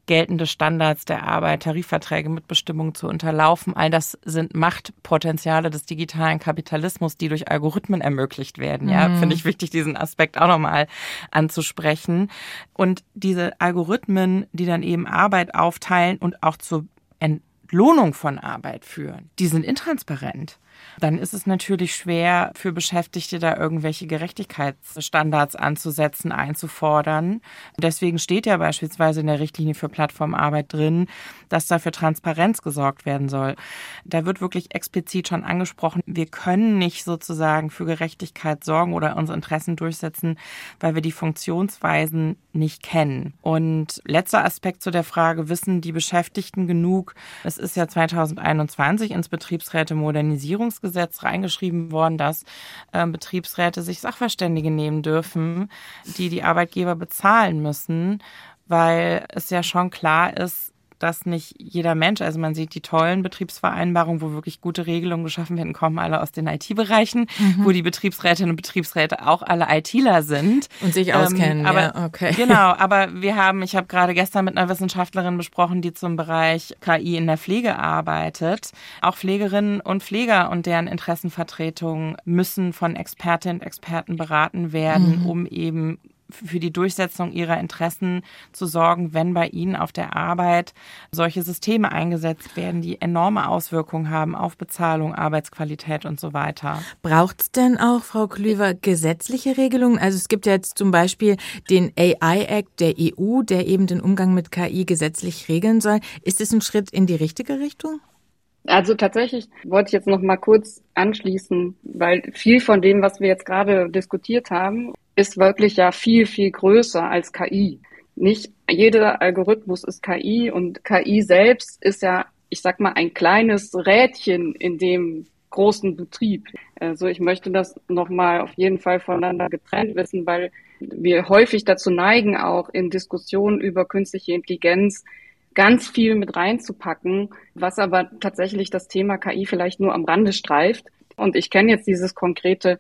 geltende Standards der Arbeit, Tarifverträge, Mitbestimmung zu unterlaufen. All das sind Machtpotenziale des digitalen Kapitalismus, die durch Algorithmen ermöglicht werden. Ja, mhm. finde ich wichtig, diesen Aspekt auch nochmal anzusprechen. Und diese Algorithmen, die dann eben Arbeit aufteilen und auch zur Entlohnung von Arbeit führen, die sind intransparent. Dann ist es natürlich schwer für Beschäftigte, da irgendwelche Gerechtigkeitsstandards anzusetzen, einzufordern. Deswegen steht ja beispielsweise in der Richtlinie für Plattformarbeit drin, dass da für Transparenz gesorgt werden soll. Da wird wirklich explizit schon angesprochen, wir können nicht sozusagen für Gerechtigkeit sorgen oder unsere Interessen durchsetzen, weil wir die Funktionsweisen nicht kennen. Und letzter Aspekt zu der Frage, wissen die Beschäftigten genug? Es ist ja zweitausendeinundzwanzig ins Betriebsräte-Modernisierungsgesetz reingeschrieben worden, dass äh, Betriebsräte sich Sachverständige nehmen dürfen, die die Arbeitgeber bezahlen müssen, weil es ja schon klar ist, dass nicht jeder Mensch, also man sieht die tollen Betriebsvereinbarungen, wo wirklich gute Regelungen geschaffen werden, kommen alle aus den I T-Bereichen, mhm. wo die Betriebsrätinnen und Betriebsräte auch alle ITler sind. Und sich auskennen, ähm, aber, ja, okay. Genau, aber wir haben, ich habe gerade gestern mit einer Wissenschaftlerin besprochen, die zum Bereich K I in der Pflege arbeitet. Auch Pflegerinnen und Pfleger und deren Interessenvertretungen müssen von Expertinnen und Experten beraten werden, mhm. um eben für die Durchsetzung ihrer Interessen zu sorgen, wenn bei ihnen auf der Arbeit solche Systeme eingesetzt werden, die enorme Auswirkungen haben auf Bezahlung, Arbeitsqualität und so weiter. Braucht es denn auch, Frau Klüver, gesetzliche Regelungen? Also es gibt ja jetzt zum Beispiel den A I-Act der E U, der eben den Umgang mit K I gesetzlich regeln soll. Ist es ein Schritt in die richtige Richtung? Also tatsächlich wollte ich jetzt noch mal kurz anschließen, weil viel von dem, was wir jetzt gerade diskutiert haben, ist wirklich ja viel, viel größer als K I. Nicht jeder Algorithmus ist K I und K I selbst ist ja, ich sag mal, ein kleines Rädchen in dem großen Betrieb. Also ich möchte das nochmal auf jeden Fall voneinander getrennt wissen, weil wir häufig dazu neigen, auch in Diskussionen über künstliche Intelligenz ganz viel mit reinzupacken, was aber tatsächlich das Thema K I vielleicht nur am Rande streift. Und ich kenne jetzt dieses konkrete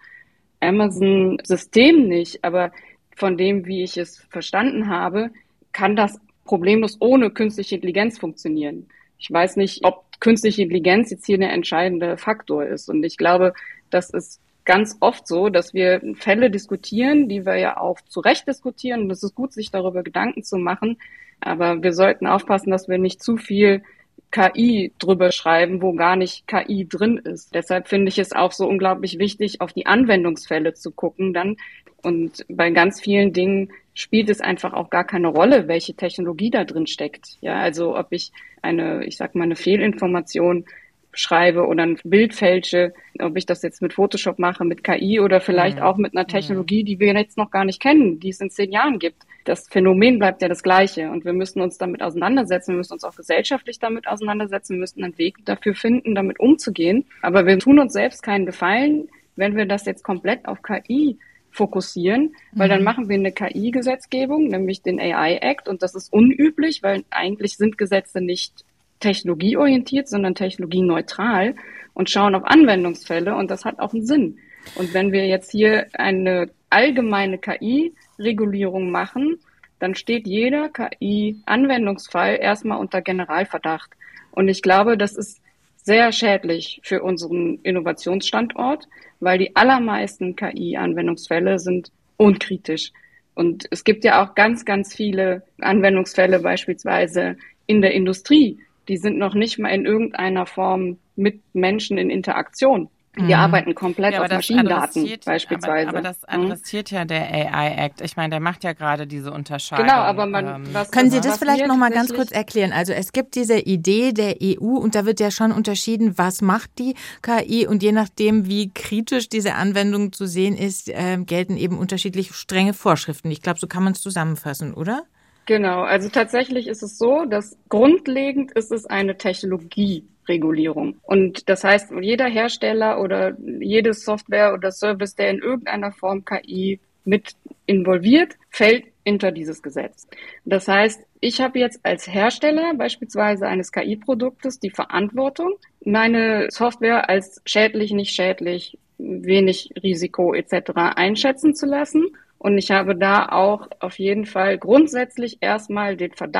Amazon-System nicht, aber von dem, wie ich es verstanden habe, kann das problemlos ohne künstliche Intelligenz funktionieren. Ich weiß nicht, ob künstliche Intelligenz jetzt hier der entscheidende Faktor ist. Und ich glaube, das ist ganz oft so, dass wir Fälle diskutieren, die wir ja auch zu Recht diskutieren. Und es ist gut, sich darüber Gedanken zu machen. Aber wir sollten aufpassen, dass wir nicht zu viel K I drüber schreiben, wo gar nicht K I drin ist. Deshalb finde ich es auch so unglaublich wichtig, auf die Anwendungsfälle zu gucken dann. Und bei ganz vielen Dingen spielt es einfach auch gar keine Rolle, welche Technologie da drin steckt. Ja, also ob ich eine, ich sag mal, eine Fehlinformation schreibe oder ein Bild fälsche, ob ich das jetzt mit Photoshop mache, mit K I oder vielleicht mhm. auch mit einer Technologie, die wir jetzt noch gar nicht kennen, die es in zehn Jahren gibt. Das Phänomen bleibt ja das Gleiche und wir müssen uns damit auseinandersetzen, wir müssen uns auch gesellschaftlich damit auseinandersetzen, wir müssen einen Weg dafür finden, damit umzugehen. Aber wir tun uns selbst keinen Gefallen, wenn wir das jetzt komplett auf K I fokussieren, weil mhm. dann machen wir eine K I-Gesetzgebung, nämlich den A I-Act und das ist unüblich, weil eigentlich sind Gesetze nicht technologieorientiert, sondern technologieneutral und schauen auf Anwendungsfälle und das hat auch einen Sinn. Und wenn wir jetzt hier eine allgemeine K I-Regulierung machen, dann steht jeder K I-Anwendungsfall erstmal unter Generalverdacht. Und ich glaube, das ist sehr schädlich für unseren Innovationsstandort, weil die allermeisten K I-Anwendungsfälle sind unkritisch. Und es gibt ja auch ganz, ganz viele Anwendungsfälle beispielsweise in der Industrie, die sind noch nicht mal in irgendeiner Form mit Menschen in Interaktion. Die mhm. arbeiten komplett ja, auf Maschinendaten beispielsweise. Aber, aber das adressiert mhm. ja der A I-Act. Ich meine, der macht ja gerade diese Unterscheidung. Genau, aber man... Ähm, was, können Sie das vielleicht noch mal ganz kurz erklären? Also es gibt diese Idee der E U und da wird ja schon unterschieden, was macht die K I und je nachdem, wie kritisch diese Anwendung zu sehen ist, äh, gelten eben unterschiedlich strenge Vorschriften. Ich glaube, so kann man es zusammenfassen, oder? Genau, also tatsächlich ist es so, dass grundlegend ist es eine Technologieregulierung. Und das heißt, jeder Hersteller oder jede Software oder Service, der in irgendeiner Form K I mit involviert, fällt unter dieses Gesetz. Das heißt, ich habe jetzt als Hersteller beispielsweise eines K I-Produktes die Verantwortung, meine Software als schädlich, nicht schädlich, wenig Risiko et cetera einschätzen zu lassen. Und ich habe da auch auf jeden Fall grundsätzlich erstmal den Verdacht,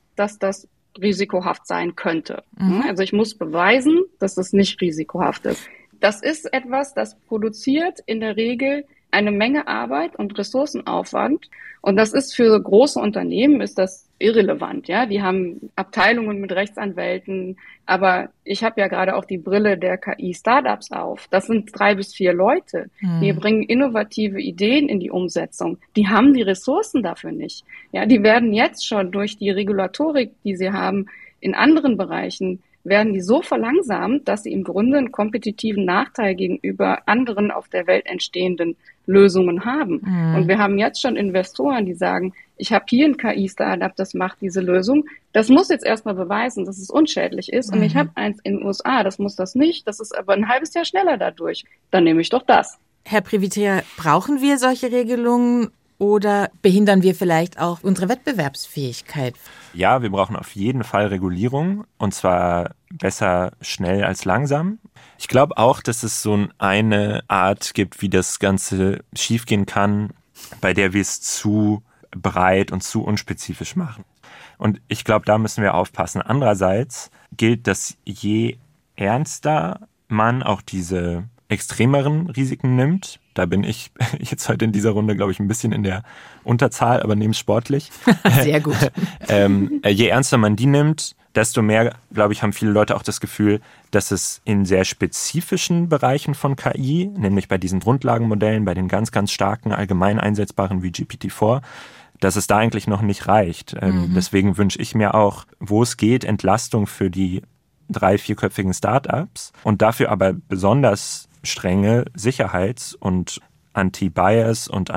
dass das risikohaft sein könnte. Mhm. Also ich muss beweisen, dass es nicht risikohaft ist. Das ist etwas, das produziert in der Regel eine Menge Arbeit und Ressourcenaufwand. Und das ist für große Unternehmen ist das irrelevant. Ja, die haben Abteilungen mit Rechtsanwälten. Aber ich habe ja gerade auch die Brille der K I-Startups auf. Das sind drei bis vier Leute. Hm. Die bringen innovative Ideen in die Umsetzung. Die haben die Ressourcen dafür nicht. Ja, die werden jetzt schon durch die Regulatorik, die sie haben, in anderen Bereichen werden die so verlangsamt, dass sie im Grunde einen kompetitiven Nachteil gegenüber anderen auf der Welt entstehenden Lösungen haben. Mhm. Und wir haben jetzt schon Investoren, die sagen, ich habe hier ein K I-Startup, das macht diese Lösung. Das muss jetzt erstmal beweisen, dass es unschädlich ist. Mhm. Und ich habe eins in den U S A, das muss das nicht. Das ist aber ein halbes Jahr schneller dadurch. Dann nehme ich doch das. Herr Privitera, brauchen wir solche Regelungen? Oder behindern wir vielleicht auch unsere Wettbewerbsfähigkeit? Ja, wir brauchen auf jeden Fall Regulierung. Und zwar besser schnell als langsam. Ich glaube auch, dass es so eine Art gibt, wie das Ganze schiefgehen kann, bei der wir es zu breit und zu unspezifisch machen. Und ich glaube, da müssen wir aufpassen. Andererseits gilt, dass je ernster man auch diese extremeren Risiken nimmt, da bin ich jetzt heute in dieser Runde, glaube ich, ein bisschen in der Unterzahl, aber nehme es sportlich. Sehr gut. ähm, je ernster man die nimmt, desto mehr, glaube ich, haben viele Leute auch das Gefühl, dass es in sehr spezifischen Bereichen von K I, nämlich bei diesen Grundlagenmodellen, bei den ganz, ganz starken, allgemein einsetzbaren wie G P T vier, dass es da eigentlich noch nicht reicht. Ähm, mhm. Deswegen wünsche ich mir auch, wo es geht, Entlastung für die drei-, vierköpfigen Startups und dafür aber besonders strenge Sicherheits- und Anti-Bias- und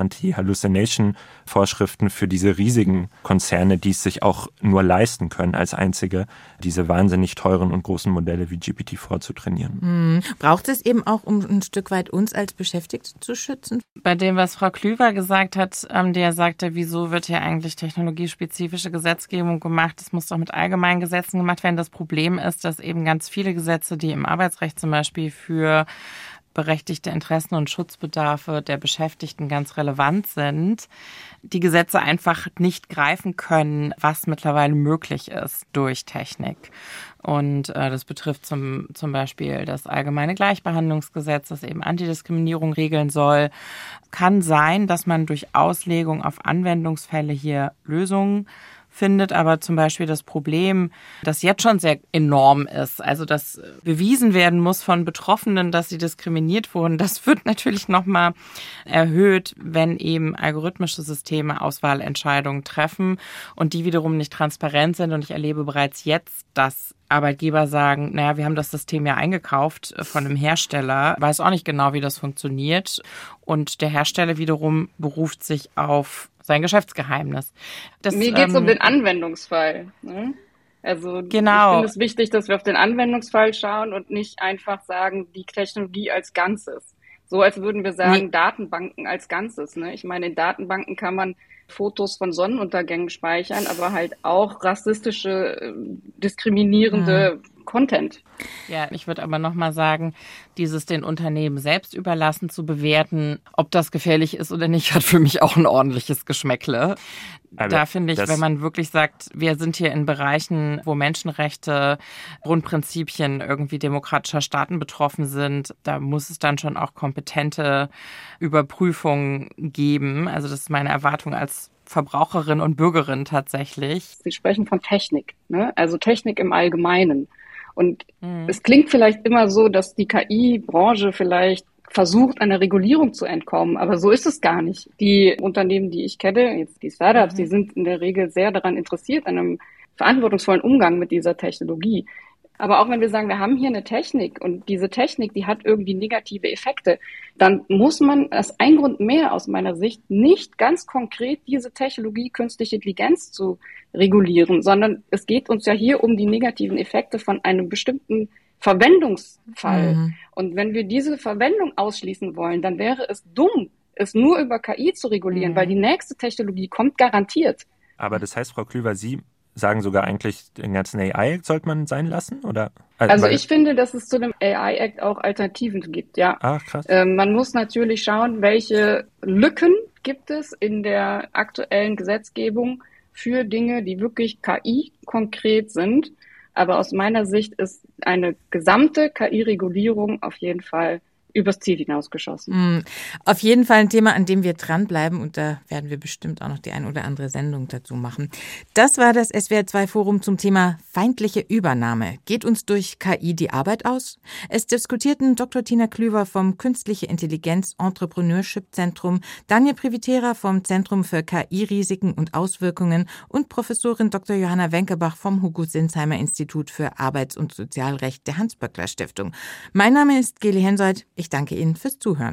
Anti-Hallucination-Vorschriften für diese riesigen Konzerne, die es sich auch nur leisten können, als einzige diese wahnsinnig teuren und großen Modelle wie G P T vier zu trainieren. Hm. Braucht es eben auch, um ein Stück weit uns als Beschäftigte zu schützen? Bei dem, was Frau Klüver gesagt hat, ähm, der sagte, wieso wird hier eigentlich technologiespezifische Gesetzgebung gemacht? Das muss doch mit allgemeinen Gesetzen gemacht werden. Das Problem ist, dass eben ganz viele Gesetze, die im Arbeitsrecht zum Beispiel für berechtigte Interessen und Schutzbedarfe der Beschäftigten ganz relevant sind, die Gesetze einfach nicht greifen können, was mittlerweile möglich ist durch Technik. Und äh, das betrifft zum, zum Beispiel das allgemeine Gleichbehandlungsgesetz, das eben Antidiskriminierung regeln soll. Kann sein, dass man durch Auslegung auf Anwendungsfälle hier Lösungen findet, aber zum Beispiel das Problem, das jetzt schon sehr enorm ist, also dass bewiesen werden muss von Betroffenen, dass sie diskriminiert wurden, das wird natürlich nochmal erhöht, wenn eben algorithmische Systeme Auswahlentscheidungen treffen und die wiederum nicht transparent sind. Und ich erlebe bereits jetzt, dass Arbeitgeber sagen, naja, wir haben das System ja eingekauft von einem Hersteller, weiß auch nicht genau, wie das funktioniert. Und der Hersteller wiederum beruft sich auf sein Geschäftsgeheimnis. Das, Mir geht es ähm, um den Anwendungsfall. Ne? Also genau. Ich finde es wichtig, dass wir auf den Anwendungsfall schauen und nicht einfach sagen, die Technologie als Ganzes. So als würden wir sagen, nee. Datenbanken als Ganzes. Ne? Ich meine, in Datenbanken kann man Fotos von Sonnenuntergängen speichern, aber halt auch rassistische, diskriminierende hm. Content. Ja, ich würde aber nochmal sagen, dieses den Unternehmen selbst überlassen zu bewerten, ob das gefährlich ist oder nicht, hat für mich auch ein ordentliches Geschmäckle. Aber da finde ich, wenn man wirklich sagt, wir sind hier in Bereichen, wo Menschenrechte, Grundprinzipien irgendwie demokratischer Staaten betroffen sind, da muss es dann schon auch kompetente Überprüfungen geben. Also das ist meine Erwartung als Verbraucherin und Bürgerin tatsächlich. Sie sprechen von Technik, ne? Also Technik im Allgemeinen. Und mhm. es klingt vielleicht immer so, dass die K I-Branche vielleicht versucht, einer Regulierung zu entkommen. Aber so ist es gar nicht. Die Unternehmen, die ich kenne, jetzt die Startups, mhm. die sind in der Regel sehr daran interessiert, an einem verantwortungsvollen Umgang mit dieser Technologie. Aber auch wenn wir sagen, wir haben hier eine Technik und diese Technik, die hat irgendwie negative Effekte, dann muss man, das ist ein Grund mehr aus meiner Sicht, nicht ganz konkret diese Technologie künstliche Intelligenz zu regulieren, sondern es geht uns ja hier um die negativen Effekte von einem bestimmten Verwendungsfall. Mhm. Und wenn wir diese Verwendung ausschließen wollen, dann wäre es dumm, es nur über K I zu regulieren, mhm. weil die nächste Technologie kommt garantiert. Aber das heißt, Frau Klüver, Sie sagen sogar eigentlich, den ganzen A I-Act sollte man sein lassen? Oder? Also ich finde, dass es zu dem A I-Act auch Alternativen gibt, ja. Ach, krass. Ähm, man muss natürlich schauen, welche Lücken gibt es in der aktuellen Gesetzgebung für Dinge, die wirklich K I-konkret sind. Aber aus meiner Sicht ist eine gesamte K I-Regulierung auf jeden Fall übers Ziel hinausgeschossen. Mm, auf jeden Fall ein Thema, an dem wir dranbleiben, und da werden wir bestimmt auch noch die ein oder andere Sendung dazu machen. Das war das S W R zwei Forum zum Thema feindliche Übernahme. Geht uns durch K I die Arbeit aus? Es diskutierten Doktor Tina Klüver vom Künstliche Intelligenz Entrepreneurship Zentrum, Daniel Privitera vom Zentrum für K I-Risiken und Auswirkungen und Professorin Doktor Johanna Wenkebach vom Hugo-Sinsheimer Institut für Arbeits- und Sozialrecht der Hans-Böckler Stiftung. Mein Name ist Geli Hensoldt. Ich danke Ihnen fürs Zuhören.